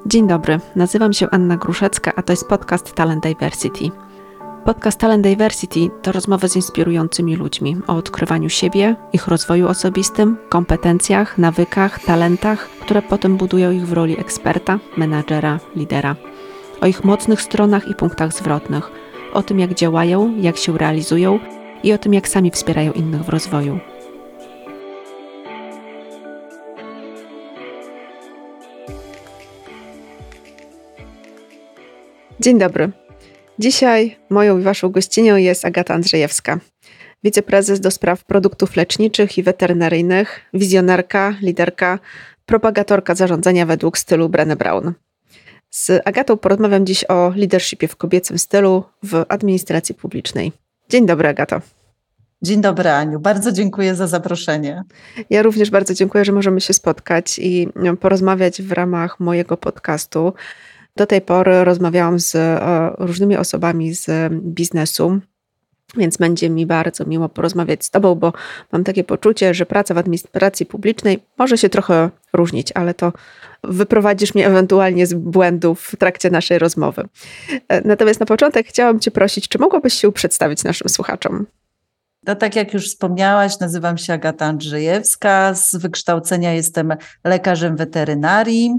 Dzień dobry, nazywam się Anna Gruszecka, a to jest podcast Talent Diversity. Podcast Talent Diversity to rozmowy z inspirującymi ludźmi o odkrywaniu siebie, ich rozwoju osobistym, kompetencjach, nawykach, talentach, które potem budują ich w roli eksperta, menadżera, lidera. O ich mocnych stronach i punktach zwrotnych, o tym jak działają, jak się realizują i o tym jak sami wspierają innych w rozwoju. Dzień dobry. Dzisiaj moją i waszą gościnią jest Agata Andrzejewska, wiceprezes do spraw produktów leczniczych i weterynaryjnych, wizjonerka, liderka, propagatorka zarządzania według stylu Brené Brown. Z Agatą porozmawiam dziś o leadershipie w kobiecym stylu w administracji publicznej. Dzień dobry, Agato. Dzień dobry, Aniu. Bardzo dziękuję za zaproszenie. Ja również bardzo dziękuję, że możemy się spotkać i porozmawiać w ramach mojego podcastu. Do tej pory rozmawiałam z różnymi osobami z biznesu, więc będzie mi bardzo miło porozmawiać z Tobą, bo mam takie poczucie, że praca w administracji publicznej może się trochę różnić, ale to wyprowadzisz mnie ewentualnie z błędów w trakcie naszej rozmowy. Natomiast na początek chciałam Cię prosić, czy mogłabyś się przedstawić naszym słuchaczom? No, tak jak już wspomniałaś, nazywam się Agata Andrzejewska. Z wykształcenia jestem lekarzem weterynarii.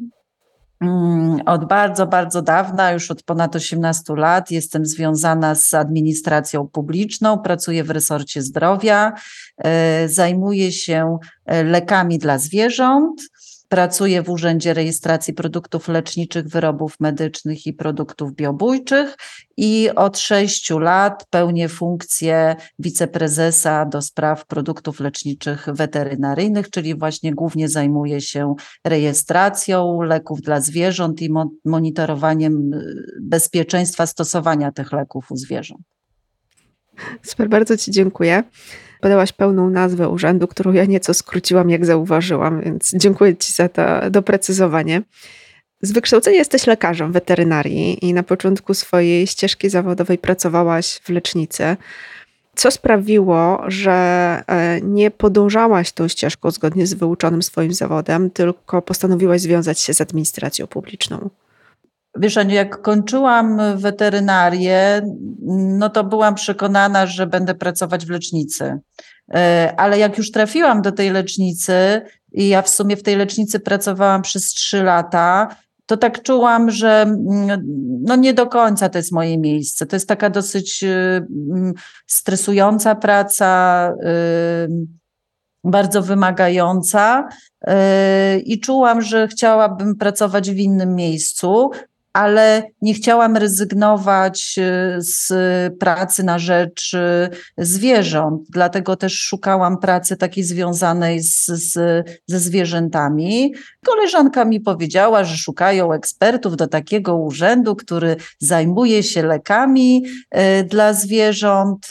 Od bardzo, bardzo dawna, już od ponad 18 lat jestem związana z administracją publiczną, pracuję w resorcie zdrowia, zajmuję się lekami dla zwierząt, pracuję w Urzędzie Rejestracji Produktów Leczniczych, Wyrobów Medycznych i Produktów Biobójczych i od 6 lat pełnię funkcję wiceprezesa do spraw produktów leczniczych weterynaryjnych, czyli właśnie głównie zajmuję się rejestracją leków dla zwierząt i monitorowaniem bezpieczeństwa stosowania tych leków u zwierząt. Super, bardzo Ci dziękuję. Podałaś pełną nazwę urzędu, którą ja nieco skróciłam, jak zauważyłam, więc dziękuję Ci za to doprecyzowanie. Z wykształcenia jesteś lekarzem weterynarii i na początku swojej ścieżki zawodowej pracowałaś w lecznicy. Co sprawiło, że nie podążałaś tą ścieżką zgodnie z wyuczonym swoim zawodem, tylko postanowiłaś związać się z administracją publiczną? Wiesz, Aniu, jak kończyłam weterynarię, no to byłam przekonana, że będę pracować w lecznicy. Ale jak już trafiłam do tej lecznicy i ja w sumie w tej lecznicy pracowałam przez 3 lata, to tak czułam, że no nie do końca to jest moje miejsce. To jest taka dosyć stresująca praca, bardzo wymagająca i czułam, że chciałabym pracować w innym miejscu, ale nie chciałam rezygnować z pracy na rzecz zwierząt, dlatego też szukałam pracy takiej związanej ze zwierzętami. Koleżanka mi powiedziała, że szukają ekspertów do takiego urzędu, który zajmuje się lekami dla zwierząt.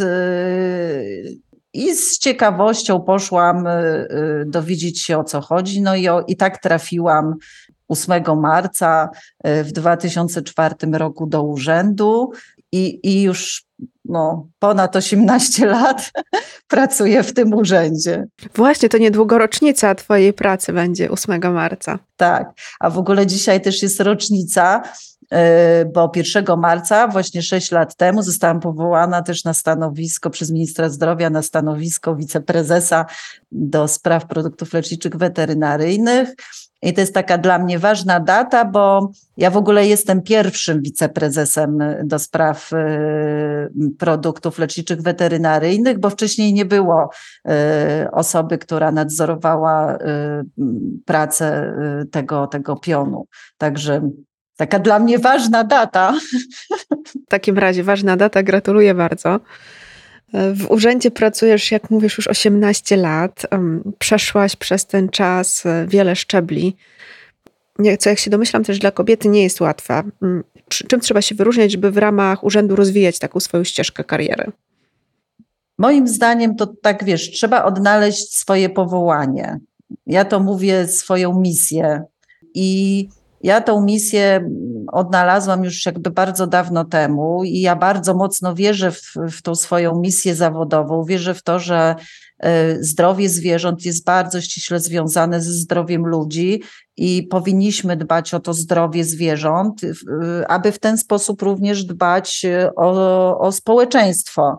I z ciekawością poszłam dowiedzieć się, o co chodzi. No i tak trafiłam 8 marca w 2004 roku do urzędu i już ponad 18 lat pracuję w tym urzędzie. Właśnie, to niedługo rocznica Twojej pracy będzie 8 marca. Tak, a w ogóle dzisiaj też jest rocznica, bo 1 marca, właśnie 6 lat temu, zostałam powołana też na stanowisko przez ministra zdrowia, na stanowisko wiceprezesa do spraw produktów leczniczych weterynaryjnych. I to jest taka dla mnie ważna data, bo ja w ogóle jestem pierwszym wiceprezesem do spraw produktów leczniczych weterynaryjnych, bo wcześniej nie było osoby, która nadzorowała pracę tego pionu. Także taka dla mnie ważna data. W takim razie ważna data, gratuluję bardzo. W urzędzie pracujesz, jak mówisz, już 18 lat. Przeszłaś przez ten czas wiele szczebli. Co, jak się domyślam, też dla kobiety nie jest łatwe. Czym trzeba się wyróżniać, żeby w ramach urzędu rozwijać taką swoją ścieżkę kariery? Moim zdaniem to tak, wiesz, trzeba odnaleźć swoje powołanie. Ja to mówię swoją misję. I Ja tą misję odnalazłam już jakby bardzo dawno temu i ja bardzo mocno wierzę w tą swoją misję zawodową. Wierzę w to, że zdrowie zwierząt jest bardzo ściśle związane ze zdrowiem ludzi i powinniśmy dbać o to zdrowie zwierząt, aby w ten sposób również dbać o społeczeństwo.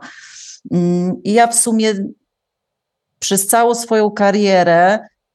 I ja w sumie przez całą swoją karierę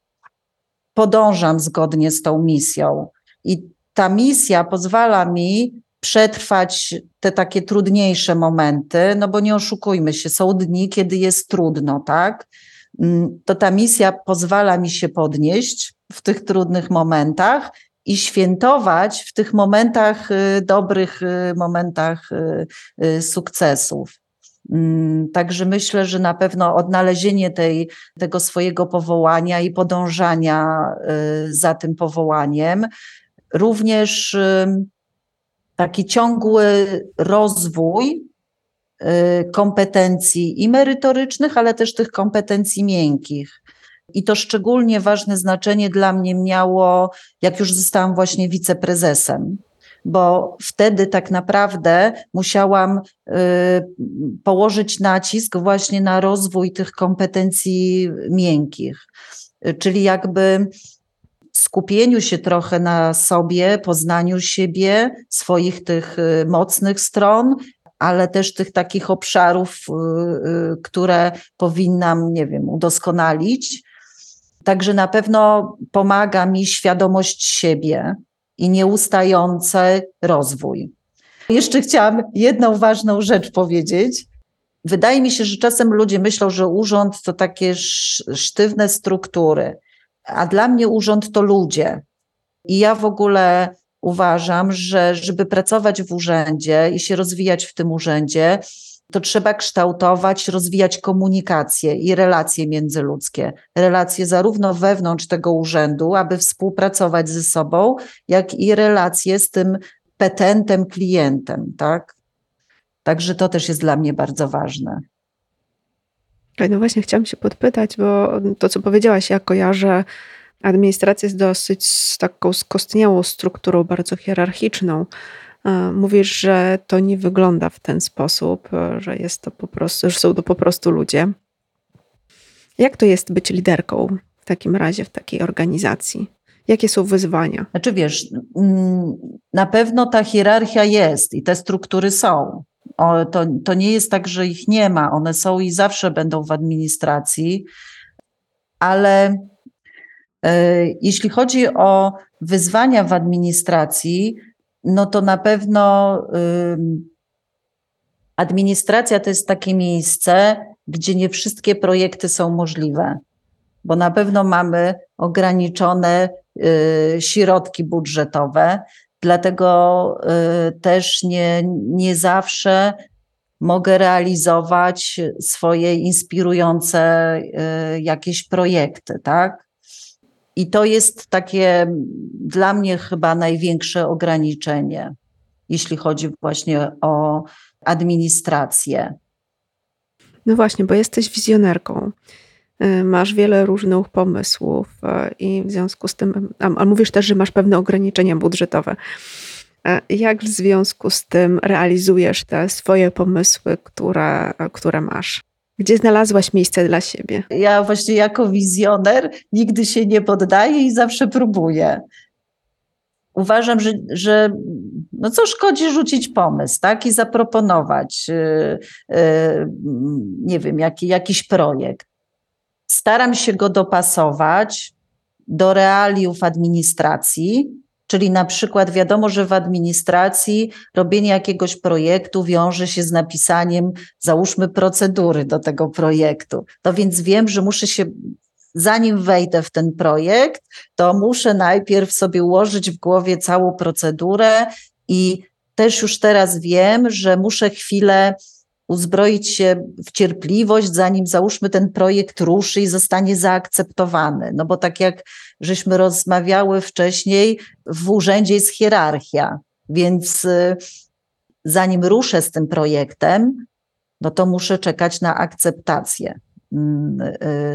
podążam zgodnie z tą misją. I ta misja pozwala mi przetrwać te takie trudniejsze momenty, no bo nie oszukujmy się, są dni, kiedy jest trudno, tak? To ta misja pozwala mi się podnieść w tych trudnych momentach i świętować w tych momentach, dobrych momentach sukcesów. Także myślę, że na pewno odnalezienie tego swojego powołania i podążania za tym powołaniem, również taki ciągły rozwój kompetencji i merytorycznych, ale też tych kompetencji miękkich. I to szczególnie ważne znaczenie dla mnie miało, jak już zostałam właśnie wiceprezesem, bo wtedy tak naprawdę musiałam położyć nacisk właśnie na rozwój tych kompetencji miękkich, czyli jakby skupieniu się trochę na sobie, poznaniu siebie, swoich tych mocnych stron, ale też tych takich obszarów, które powinnam, nie wiem, udoskonalić. Także na pewno pomaga mi świadomość siebie i nieustający rozwój. Jeszcze chciałam jedną ważną rzecz powiedzieć. Wydaje mi się, że czasem ludzie myślą, że urząd to takie sztywne struktury, a dla mnie urząd to ludzie. I ja w ogóle uważam, że żeby pracować w urzędzie i się rozwijać w tym urzędzie, to trzeba kształtować, rozwijać komunikację i relacje międzyludzkie. Relacje zarówno wewnątrz tego urzędu, aby współpracować ze sobą, jak i relacje z tym petentem, klientem, tak? Także to też jest dla mnie bardzo ważne. No właśnie chciałam się podpytać, bo to, co powiedziałaś, ja kojarzę administrację jest dosyć taką skostniałą strukturą, bardzo hierarchiczną. Mówisz, że to nie wygląda w ten sposób, że jest to po prostu, że są to po prostu ludzie. Jak to jest być liderką w takim razie, w takiej organizacji? Jakie są wyzwania? Znaczy wiesz, na pewno ta hierarchia jest i te struktury są. To nie jest tak, że ich nie ma. One są i zawsze będą w administracji, ale jeśli chodzi o wyzwania w administracji, no to na pewno administracja to jest takie miejsce, gdzie nie wszystkie projekty są możliwe, bo na pewno mamy ograniczone środki budżetowe, dlatego też nie zawsze mogę realizować swoje inspirujące jakieś projekty, tak? I to jest takie dla mnie chyba największe ograniczenie, jeśli chodzi właśnie o administrację. No właśnie, bo jesteś wizjonerką. Masz wiele różnych pomysłów i w związku z tym, a mówisz też, że masz pewne ograniczenia budżetowe. Jak w związku z tym realizujesz te swoje pomysły, które masz? Gdzie znalazłaś miejsce dla siebie? Ja właśnie jako wizjoner nigdy się nie poddaję i zawsze próbuję. Uważam, że no co szkodzi rzucić pomysł, tak? I zaproponować, nie wiem, jakiś projekt. Staram się go dopasować do realiów administracji, czyli na przykład wiadomo, że w administracji robienie jakiegoś projektu wiąże się z napisaniem, załóżmy, procedury do tego projektu. To więc wiem, że muszę się, zanim wejdę w ten projekt, to muszę najpierw sobie ułożyć w głowie całą procedurę i też już teraz wiem, że muszę chwilę uzbroić się w cierpliwość, zanim załóżmy ten projekt ruszy i zostanie zaakceptowany. No bo tak jak żeśmy rozmawiały wcześniej, w urzędzie jest hierarchia, więc zanim ruszę z tym projektem, no to muszę czekać na akceptację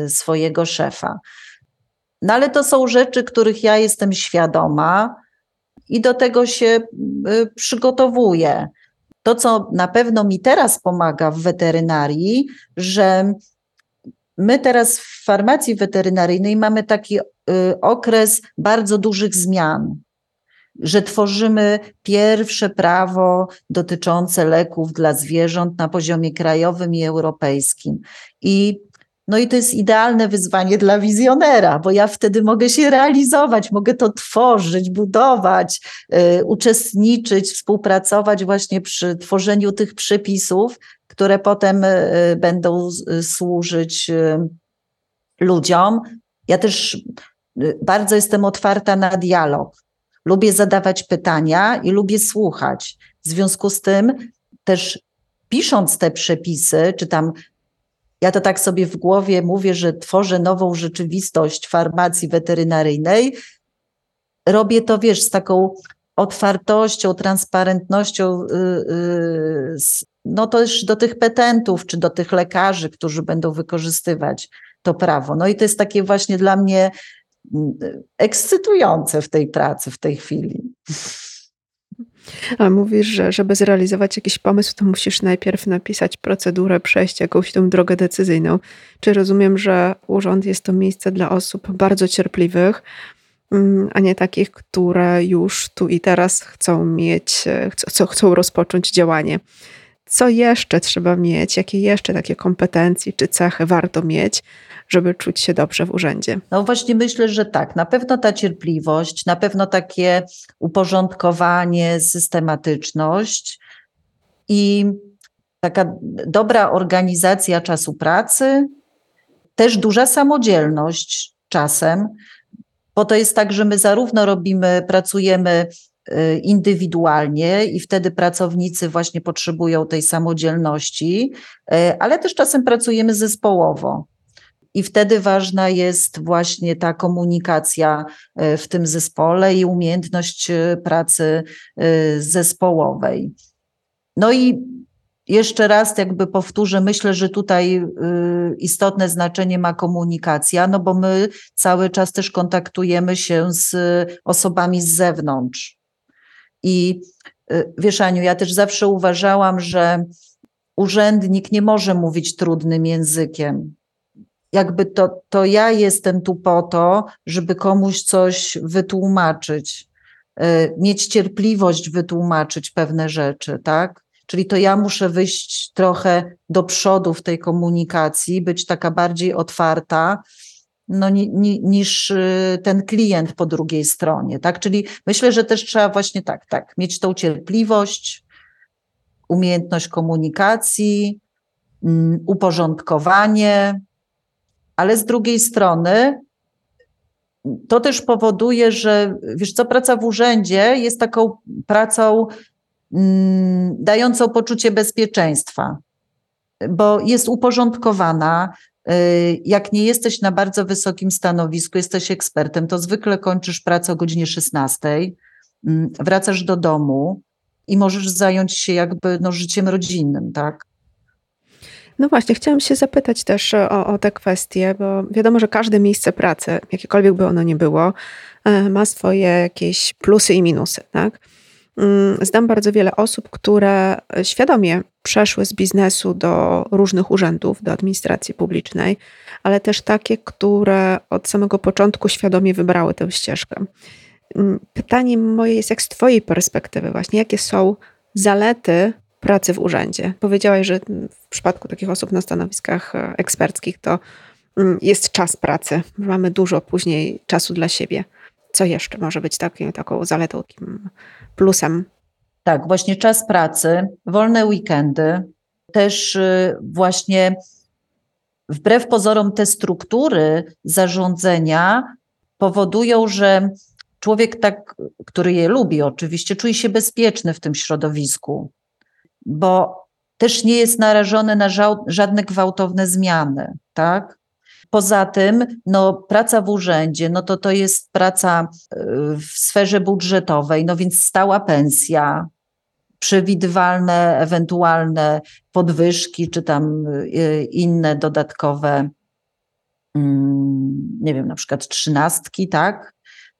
swojego szefa. No ale to są rzeczy, których ja jestem świadoma i do tego się przygotowuję. To, co na pewno mi teraz pomaga w weterynarii, że my teraz w farmacji weterynaryjnej mamy taki okres bardzo dużych zmian, że tworzymy pierwsze prawo dotyczące leków dla zwierząt na poziomie krajowym i europejskim. No i to jest idealne wyzwanie dla wizjonera, bo ja wtedy mogę się realizować, mogę to tworzyć, budować, uczestniczyć, współpracować właśnie przy tworzeniu tych przepisów, które potem będą służyć ludziom. Ja też bardzo jestem otwarta na dialog. Lubię zadawać pytania i lubię słuchać. W związku z tym też pisząc te przepisy, czy tam ja to tak sobie w głowie mówię, że tworzę nową rzeczywistość farmacji weterynaryjnej. Robię to, wiesz, z taką otwartością, transparentnością, no też do tych petentów, czy do tych lekarzy, którzy będą wykorzystywać to prawo. No i to jest takie właśnie dla mnie ekscytujące w tej pracy w tej chwili. A mówisz, że żeby zrealizować jakiś pomysł, to musisz najpierw napisać procedurę, przejść jakąś tą drogę decyzyjną. Czy rozumiem, że urząd jest to miejsce dla osób bardzo cierpliwych, a nie takich, które już tu i teraz chcą rozpocząć działanie? Co jeszcze trzeba mieć? Jakie jeszcze takie kompetencje czy cechy warto mieć, żeby czuć się dobrze w urzędzie? No właśnie myślę, że tak. Na pewno ta cierpliwość, na pewno takie uporządkowanie, systematyczność i taka dobra organizacja czasu pracy, też duża samodzielność czasem, bo to jest tak, że my zarówno pracujemy indywidualnie i wtedy pracownicy właśnie potrzebują tej samodzielności, ale też czasem pracujemy zespołowo. I wtedy ważna jest właśnie ta komunikacja w tym zespole i umiejętność pracy zespołowej. No i jeszcze raz jakby powtórzę, myślę, że tutaj istotne znaczenie ma komunikacja, no bo my cały czas też kontaktujemy się z osobami z zewnątrz. I wiesz, Aniu, ja też zawsze uważałam, że urzędnik nie może mówić trudnym językiem. Jakby to ja jestem tu po to, żeby komuś coś wytłumaczyć, mieć cierpliwość wytłumaczyć pewne rzeczy, tak? Czyli to ja muszę wyjść trochę do przodu w tej komunikacji, być taka bardziej otwarta, no, niż ten klient po drugiej stronie, tak? Czyli myślę, że też trzeba właśnie tak, mieć tą cierpliwość, umiejętność komunikacji, uporządkowanie, ale z drugiej strony to też powoduje, że wiesz co, praca w urzędzie jest taką pracą dającą poczucie bezpieczeństwa, bo jest uporządkowana. Jak nie jesteś na bardzo wysokim stanowisku, jesteś ekspertem, to zwykle kończysz pracę o godzinie 16, wracasz do domu i możesz zająć się jakby życiem rodzinnym, tak? No właśnie, chciałam się zapytać też o te kwestie, bo wiadomo, że każde miejsce pracy, jakiekolwiek by ono nie było, ma swoje jakieś plusy i minusy, tak? Znam bardzo wiele osób, które świadomie przeszły z biznesu do różnych urzędów, do administracji publicznej, ale też takie, które od samego początku świadomie wybrały tę ścieżkę. Pytanie moje jest, jak z twojej perspektywy właśnie, jakie są zalety pracy w urzędzie? Powiedziałaś, że w przypadku takich osób na stanowiskach eksperckich to jest czas pracy. Mamy dużo później czasu dla siebie. Co jeszcze może być taką zaletą, takim plusem? Tak, właśnie czas pracy, wolne weekendy, też właśnie wbrew pozorom te struktury zarządzania powodują, że człowiek który je lubi oczywiście, czuje się bezpieczny w tym środowisku, bo też nie jest narażony na żadne gwałtowne zmiany, tak? Poza tym, praca w urzędzie, to jest praca w sferze budżetowej, więc stała pensja, przewidywalne ewentualne podwyżki, czy tam inne dodatkowe, nie wiem, na przykład 13, tak?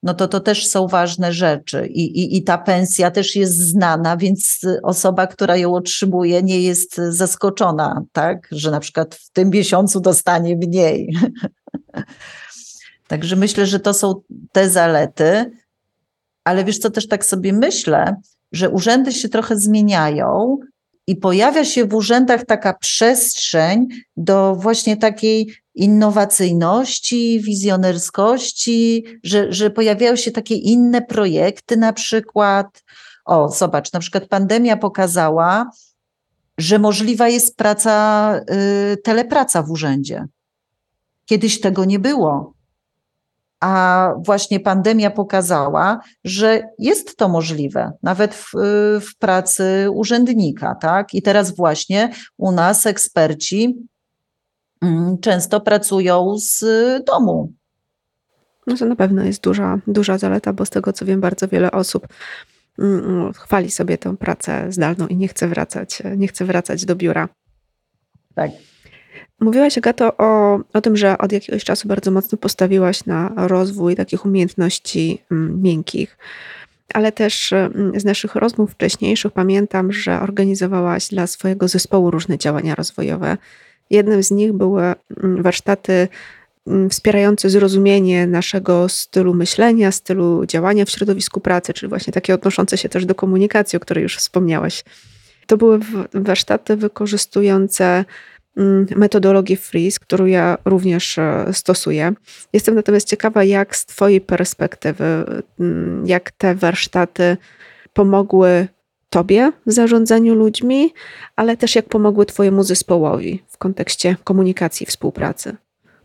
no to też są ważne rzeczy i ta pensja też jest znana, więc osoba, która ją otrzymuje, nie jest zaskoczona, tak, że na przykład w tym miesiącu dostanie mniej. Także myślę, że to są te zalety, ale wiesz co, też tak sobie myślę, że urzędy się trochę zmieniają i pojawia się w urzędach taka przestrzeń do właśnie takiej innowacyjności, wizjonerskości, że pojawiają się takie inne projekty na przykład. O, zobacz, na przykład pandemia pokazała, że możliwa jest telepraca w urzędzie. Kiedyś tego nie było. A właśnie pandemia pokazała, że jest to możliwe, nawet w pracy urzędnika, tak? I teraz właśnie u nas eksperci często pracują z domu. No to na pewno jest duża zaleta, bo z tego co wiem, bardzo wiele osób chwali sobie tę pracę zdalną i nie chce wracać do biura. Tak. Mówiłaś, Agato, o tym, że od jakiegoś czasu bardzo mocno postawiłaś na rozwój takich umiejętności miękkich, ale też z naszych rozmów wcześniejszych pamiętam, że organizowałaś dla swojego zespołu różne działania rozwojowe. Jednym z nich były warsztaty wspierające zrozumienie naszego stylu myślenia, stylu działania w środowisku pracy, czyli właśnie takie odnoszące się też do komunikacji, o której już wspomniałaś. To były warsztaty wykorzystujące metodologię Freeze, którą ja również stosuję. Jestem natomiast ciekawa, jak z twojej perspektywy, jak te warsztaty pomogły tobie w zarządzaniu ludźmi, ale też jak pomogły twojemu zespołowi w kontekście komunikacji i współpracy.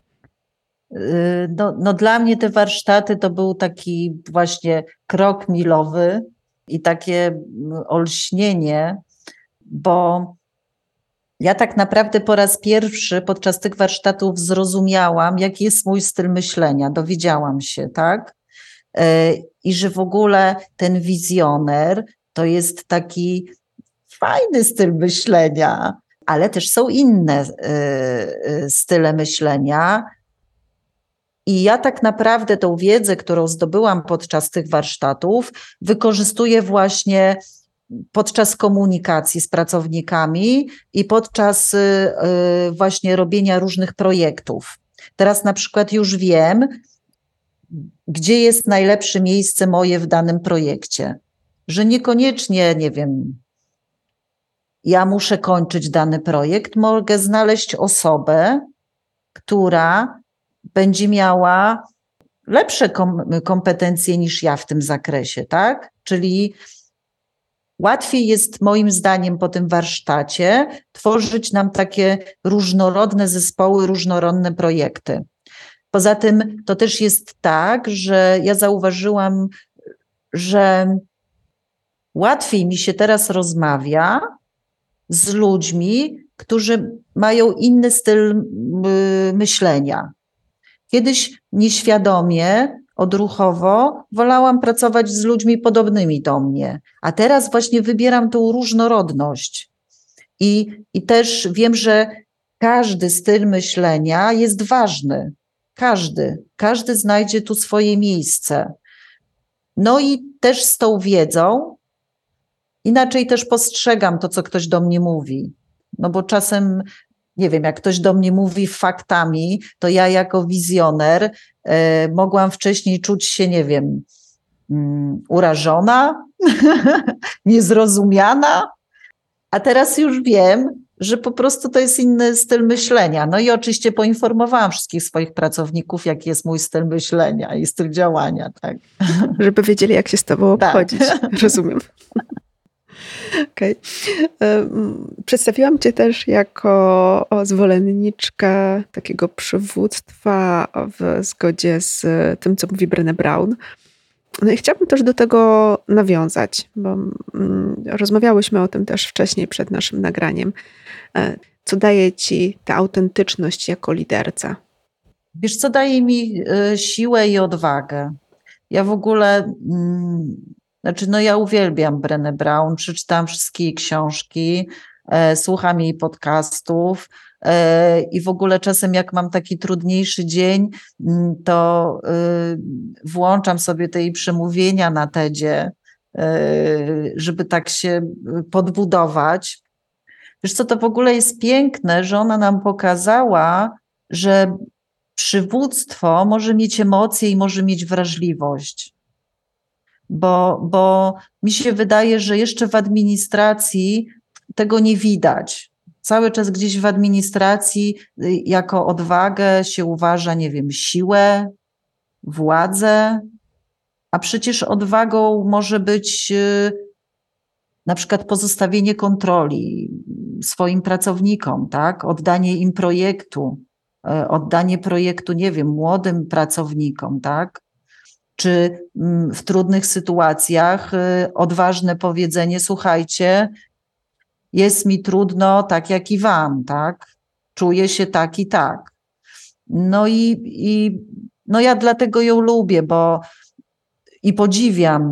No dla mnie te warsztaty to był taki właśnie krok milowy i takie olśnienie, bo ja tak naprawdę po raz pierwszy podczas tych warsztatów zrozumiałam, jaki jest mój styl myślenia, dowiedziałam się, tak? I że w ogóle ten wizjoner to jest taki fajny styl myślenia, ale też są inne style myślenia. I ja tak naprawdę tą wiedzę, którą zdobyłam podczas tych warsztatów, wykorzystuję właśnie podczas komunikacji z pracownikami i podczas właśnie robienia różnych projektów. Teraz na przykład już wiem, gdzie jest najlepsze miejsce moje w danym projekcie. Że niekoniecznie, nie wiem, ja muszę kończyć dany projekt, mogę znaleźć osobę, która będzie miała lepsze kompetencje niż ja w tym zakresie, tak? Czyli łatwiej jest moim zdaniem po tym warsztacie tworzyć nam takie różnorodne zespoły, różnorodne projekty. Poza tym to też jest tak, że ja zauważyłam, że łatwiej mi się teraz rozmawia z ludźmi, którzy mają inny styl myślenia. Kiedyś nieświadomie, odruchowo wolałam pracować z ludźmi podobnymi do mnie, a teraz właśnie wybieram tą różnorodność. I też wiem, że każdy styl myślenia jest ważny. Każdy znajdzie tu swoje miejsce. No i też z tą wiedzą inaczej też postrzegam to, co ktoś do mnie mówi. No bo czasem, nie wiem, jak ktoś do mnie mówi faktami, to ja jako wizjoner mogłam wcześniej czuć się, nie wiem, urażona, niezrozumiana, a teraz już wiem, że po prostu to jest inny styl myślenia. No i oczywiście poinformowałam wszystkich swoich pracowników, jaki jest mój styl myślenia i styl działania. Tak. Żeby wiedzieli, jak się z tobą obchodzić. Tak. Rozumiem. Okay. Przedstawiłam cię też jako zwolenniczkę takiego przywództwa w zgodzie z tym, co mówi Brené Brown. No i chciałabym też do tego nawiązać, bo rozmawiałyśmy o tym też wcześniej przed naszym nagraniem. Co daje ci ta autentyczność jako liderca? Wiesz, co daje mi siłę i odwagę? Ja w ogóle... ja uwielbiam Brené Brown, przeczytałam wszystkie jej książki, słucham jej podcastów, I w ogóle czasem jak mam taki trudniejszy dzień, to włączam sobie te jej przemówienia na TEDzie, żeby tak się podbudować. Wiesz co, to w ogóle jest piękne, że ona nam pokazała, że przywództwo może mieć emocje i może mieć wrażliwość. Bo mi się wydaje, że jeszcze w administracji tego nie widać. Cały czas gdzieś w administracji jako odwagę się uważa, nie wiem, siłę, władzę, a przecież odwagą może być na przykład pozostawienie kontroli swoim pracownikom, tak? Oddanie im projektu, oddanie projektu, nie wiem, młodym pracownikom, tak? Czy w trudnych sytuacjach odważne powiedzenie, słuchajcie, jest mi trudno tak jak i wam, tak? Czuję się tak i tak. No ja dlatego ją lubię, i podziwiam,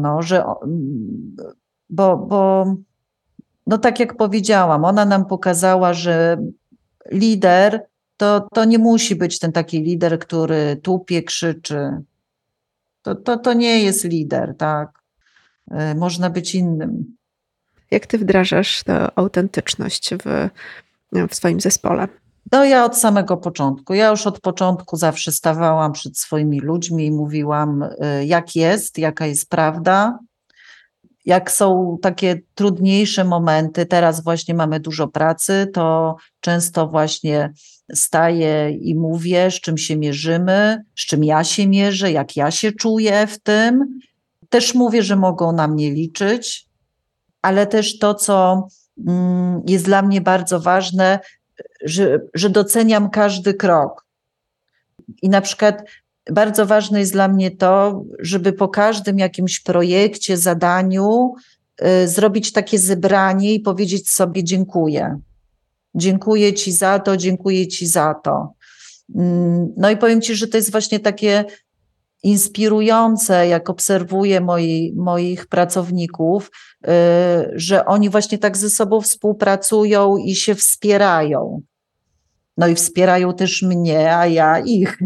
bo no tak jak powiedziałam, ona nam pokazała, że lider to nie musi być ten taki lider, który tupie, krzyczy. To nie jest lider, tak? Można być innym. Jak ty wdrażasz tę autentyczność w swoim zespole? No ja od samego początku. Ja już od początku zawsze stawałam przed swoimi ludźmi i mówiłam, jak jest, jaka jest prawda. Jak są takie trudniejsze momenty, teraz właśnie mamy dużo pracy, to często właśnie staję i mówię, z czym się mierzymy, z czym ja się mierzę, jak ja się czuję w tym. Też mówię, że mogą na mnie liczyć, ale też to, co jest dla mnie bardzo ważne, że doceniam każdy krok. I na przykład bardzo ważne jest dla mnie to, żeby po każdym jakimś projekcie, zadaniu zrobić takie zebranie i powiedzieć sobie dziękuję. Dziękuję ci za to, dziękuję ci za to. No i powiem ci, że to jest właśnie takie inspirujące, jak obserwuję moich pracowników, że oni właśnie tak ze sobą współpracują i się wspierają. No i wspierają też mnie, a ja ich.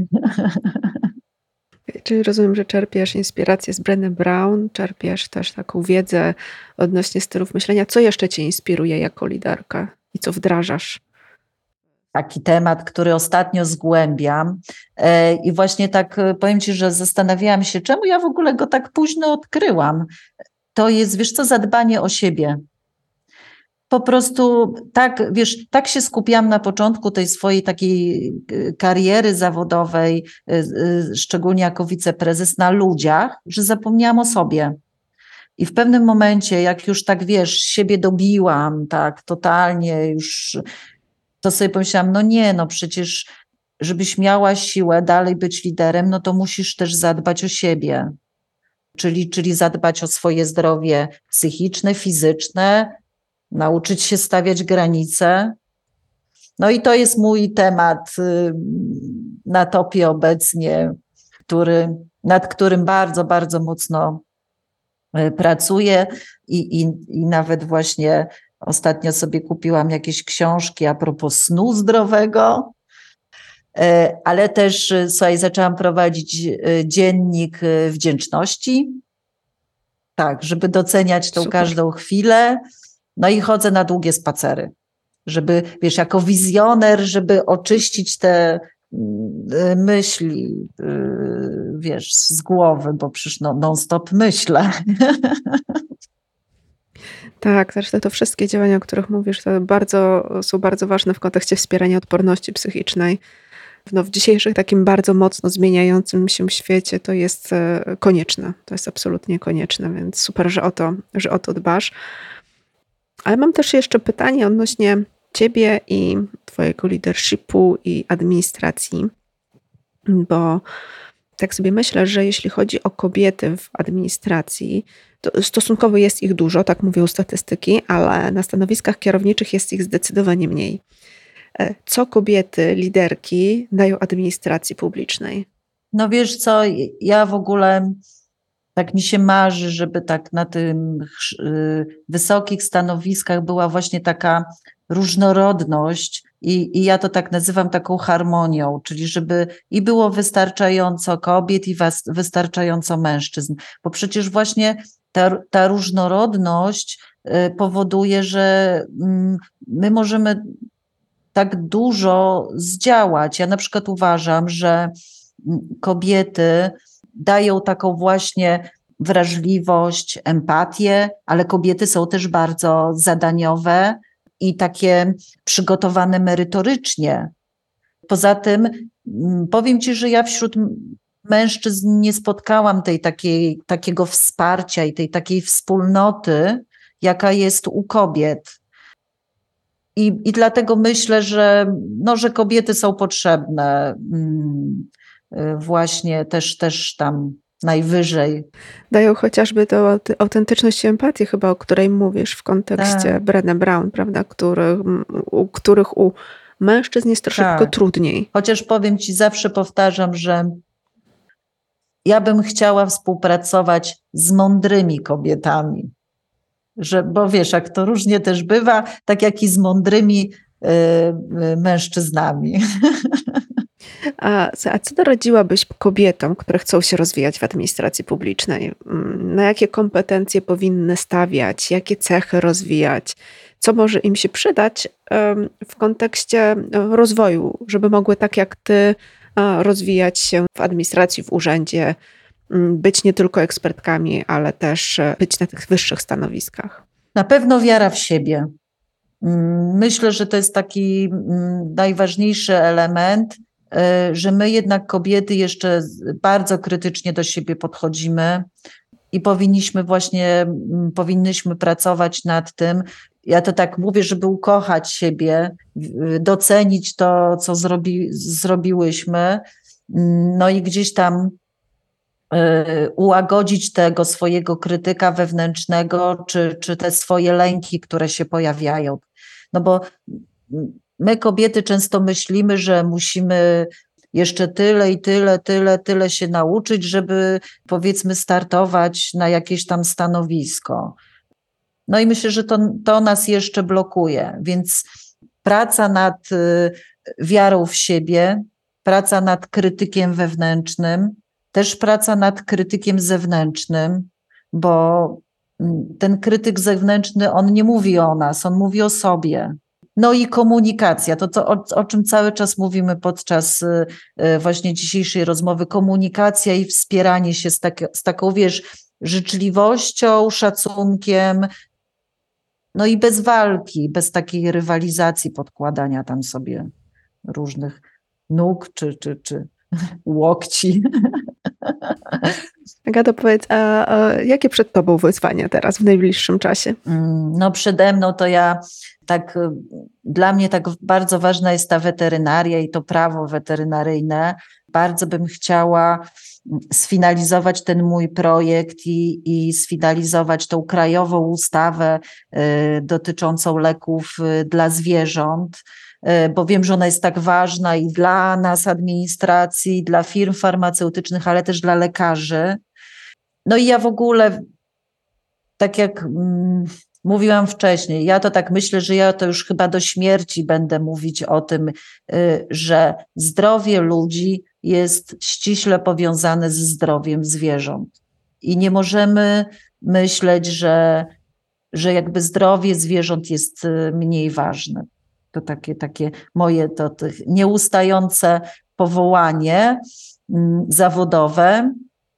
Czyli rozumiem, że czerpiesz inspirację z Brené Brown, czerpiesz też taką wiedzę odnośnie stylów myślenia. Co jeszcze cię inspiruje jako liderkę i co wdrażasz? Taki temat, który ostatnio zgłębiam i właśnie tak powiem ci, że zastanawiałam się, czemu ja w ogóle go tak późno odkryłam. To jest, wiesz co, zadbanie o siebie. Po prostu tak, wiesz, tak się skupiłam na początku tej swojej takiej kariery zawodowej, szczególnie jako wiceprezes, na ludziach, że zapomniałam o sobie. I w pewnym momencie, jak już tak, wiesz, siebie dobiłam, tak, totalnie już, to sobie pomyślałam, no nie, no przecież żebyś miała siłę dalej być liderem, no to musisz też zadbać o siebie. Czyli zadbać o swoje zdrowie psychiczne, fizyczne, nauczyć się stawiać granice. No i to jest mój temat na topie obecnie, nad którym bardzo, bardzo mocno pracuję i nawet właśnie ostatnio sobie kupiłam jakieś książki a propos snu zdrowego, ale też, słuchaj, zaczęłam prowadzić dziennik wdzięczności, tak, żeby doceniać tą każdą chwilę. No i chodzę na długie spacery, żeby, wiesz, jako wizjoner, żeby oczyścić te myśli, wiesz, z głowy, bo przecież non-stop myślę. Tak, zresztą to wszystkie działania, o których mówisz, to są bardzo ważne w kontekście wspierania odporności psychicznej. W dzisiejszym takim bardzo mocno zmieniającym się świecie to jest konieczne. To jest absolutnie konieczne, więc super, że o to dbasz. Ale mam też jeszcze pytanie odnośnie ciebie i twojego leadershipu i administracji, bo tak sobie myślę, że jeśli chodzi o kobiety w administracji, to stosunkowo jest ich dużo, tak mówią statystyki, ale na stanowiskach kierowniczych jest ich zdecydowanie mniej. Co kobiety, liderki dają administracji publicznej? No wiesz co, ja w ogóle tak mi się marzy, żeby tak na tym wysokich stanowiskach była właśnie taka różnorodność i ja to tak nazywam taką harmonią, czyli żeby i było wystarczająco kobiet i wystarczająco mężczyzn, bo przecież właśnie ta różnorodność powoduje, że my możemy tak dużo zdziałać. Ja na przykład uważam, że kobiety dają taką właśnie wrażliwość, empatię, ale kobiety są też bardzo zadaniowe i takie przygotowane merytorycznie. Poza tym powiem ci, że ja wśród mężczyzn nie spotkałam takiego wsparcia i tej takiej wspólnoty, jaka jest u kobiet. I dlatego myślę, że kobiety są potrzebne właśnie też tam najwyżej. Dają chociażby tą autentyczność i empatię chyba, o której mówisz w kontekście Brené Brown, prawda, których u mężczyzn jest troszeczkę trudniej. Chociaż powiem ci, zawsze powtarzam, że ja bym chciała współpracować z mądrymi kobietami. Bo wiesz, jak to różnie też bywa, tak jak i z mądrymi mężczyznami. A co doradziłabyś kobietom, które chcą się rozwijać w administracji publicznej? Na jakie kompetencje powinny stawiać? Jakie cechy rozwijać? Co może im się przydać w kontekście rozwoju, żeby mogły tak jak ty rozwijać się w administracji, w urzędzie, być nie tylko ekspertkami, ale też być na tych wyższych stanowiskach? Na pewno wiara w siebie. Myślę, że to jest taki najważniejszy element, że my jednak kobiety jeszcze bardzo krytycznie do siebie podchodzimy i powinnyśmy pracować nad tym. Ja to tak mówię, żeby ukochać siebie, docenić to, co zrobiłyśmy, no i gdzieś tam ułagodzić tego swojego krytyka wewnętrznego, czy te swoje lęki, które się pojawiają. No bo my kobiety często myślimy, że musimy jeszcze tyle i tyle się nauczyć, żeby powiedzmy startować na jakieś tam stanowisko. No i myślę, że to nas jeszcze blokuje, więc praca nad wiarą w siebie, praca nad krytykiem wewnętrznym, też praca nad krytykiem zewnętrznym, bo ten krytyk zewnętrzny, on nie mówi o nas, on mówi o sobie. No i komunikacja, o czym cały czas mówimy podczas właśnie dzisiejszej rozmowy, komunikacja i wspieranie się z taką, wiesz, życzliwością, szacunkiem, no i bez walki, bez takiej rywalizacji, podkładania tam sobie różnych nóg czy łokci. Agato, powiedz, a jakie przed tobą wyzwania teraz w najbliższym czasie? No przede mną to dla mnie tak bardzo ważna jest ta weterynaria i to prawo weterynaryjne. Bardzo bym chciała sfinalizować ten mój projekt i sfinalizować tą krajową ustawę dotyczącą leków dla zwierząt, bo wiem, że ona jest tak ważna i dla nas, administracji, i dla firm farmaceutycznych, ale też dla lekarzy. No i ja w ogóle, tak jak mówiłam wcześniej, ja to tak myślę, że ja to już chyba do śmierci będę mówić o tym, że zdrowie ludzi jest ściśle powiązane ze zdrowiem zwierząt. I nie możemy myśleć, że jakby zdrowie zwierząt jest mniej ważne. To takie moje nieustające powołanie zawodowe.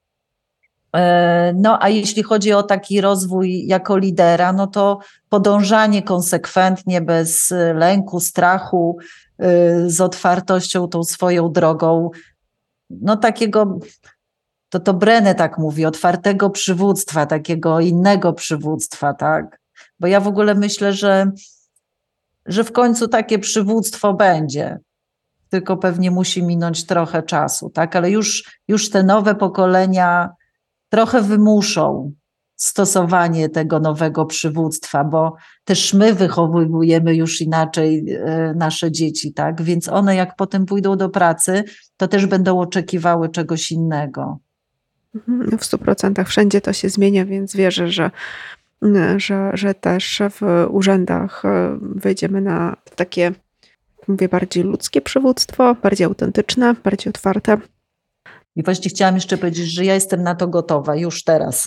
No a jeśli chodzi o taki rozwój jako lidera, no to podążanie konsekwentnie, bez lęku, strachu, z otwartością tą swoją drogą, no takiego, to Brené tak mówi, otwartego przywództwa, takiego innego przywództwa, tak? Bo ja w ogóle myślę, że w końcu takie przywództwo będzie, tylko pewnie musi minąć trochę czasu, tak? Ale już te nowe pokolenia trochę wymuszą stosowanie tego nowego przywództwa, bo też my wychowujemy już inaczej nasze dzieci, tak? Więc one jak potem pójdą do pracy, to też będą oczekiwały czegoś innego. W 100% wszędzie to się zmienia, więc wierzę, że że też w urzędach wejdziemy na takie, mówię, bardziej ludzkie przywództwo, bardziej autentyczne, bardziej otwarte. I właśnie chciałam jeszcze powiedzieć, że ja jestem na to gotowa już teraz.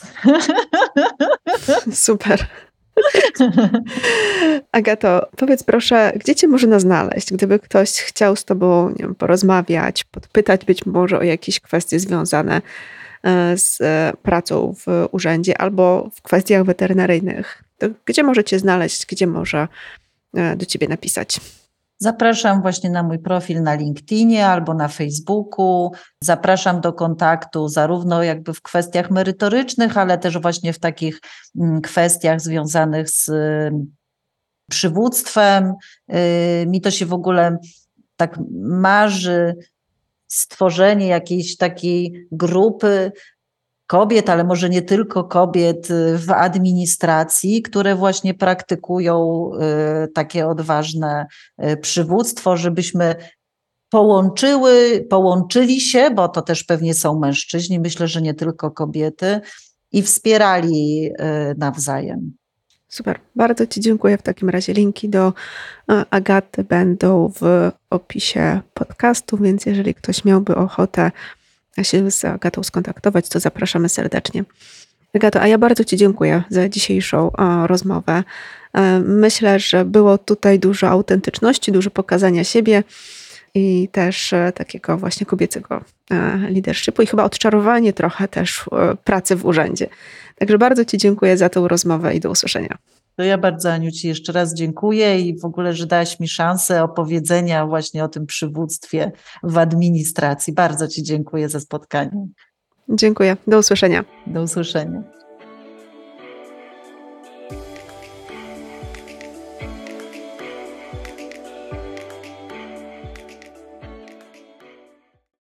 Super. Agato, powiedz proszę, gdzie cię można znaleźć, gdyby ktoś chciał z tobą, nie wiem, porozmawiać, podpytać być może o jakieś kwestie związane z pracą w urzędzie albo w kwestiach weterynaryjnych. To gdzie może cię znaleźć, gdzie może do ciebie napisać? Zapraszam właśnie na mój profil na LinkedInie albo na Facebooku. Zapraszam do kontaktu zarówno jakby w kwestiach merytorycznych, ale też właśnie w takich kwestiach związanych z przywództwem. Mi to się w ogóle tak marzy stworzenie jakiejś takiej grupy kobiet, ale może nie tylko kobiet w administracji, które właśnie praktykują takie odważne przywództwo, żebyśmy połączyli się, bo to też pewnie są mężczyźni, myślę, że nie tylko kobiety, i wspierali nawzajem. Super, bardzo ci dziękuję. W takim razie linki do Agaty będą w opisie podcastu, więc jeżeli ktoś miałby ochotę się z Agatą skontaktować, to zapraszamy serdecznie. Agato, a ja bardzo ci dziękuję za dzisiejszą rozmowę. Myślę, że było tutaj dużo autentyczności, dużo pokazania siebie i też takiego właśnie kobiecego leadershipu i chyba odczarowanie trochę też pracy w urzędzie. Także bardzo ci dziękuję za tę rozmowę i do usłyszenia. To ja bardzo, Aniu, ci jeszcze raz dziękuję i w ogóle, że dałaś mi szansę opowiedzenia właśnie o tym przywództwie w administracji. Bardzo ci dziękuję za spotkanie. Dziękuję. Do usłyszenia. Do usłyszenia.